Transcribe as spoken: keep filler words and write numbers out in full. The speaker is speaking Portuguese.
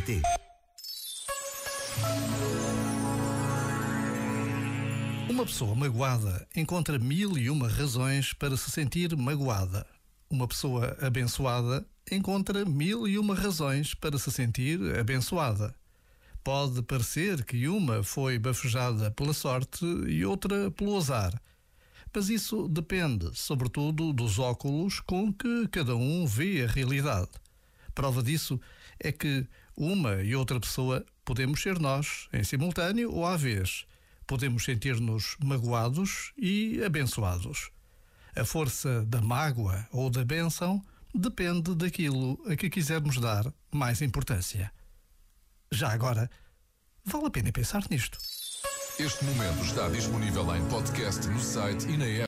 pt. Uma pessoa magoada encontra mil e uma razões para se sentir magoada. Uma pessoa abençoada encontra mil e uma razões para se sentir abençoada. Pode parecer que uma foi bafejada pela sorte e outra pelo azar. Mas isso depende, sobretudo, dos óculos com que cada um vê a realidade. Prova disso é que uma e outra pessoa podemos ser nós, em simultâneo ou à vez. Podemos sentir-nos magoados e abençoados. A força da mágoa ou da bênção depende daquilo a que quisermos dar mais importância. Já agora, vale a pena pensar nisto. Este momento está disponível em podcast no site e na app.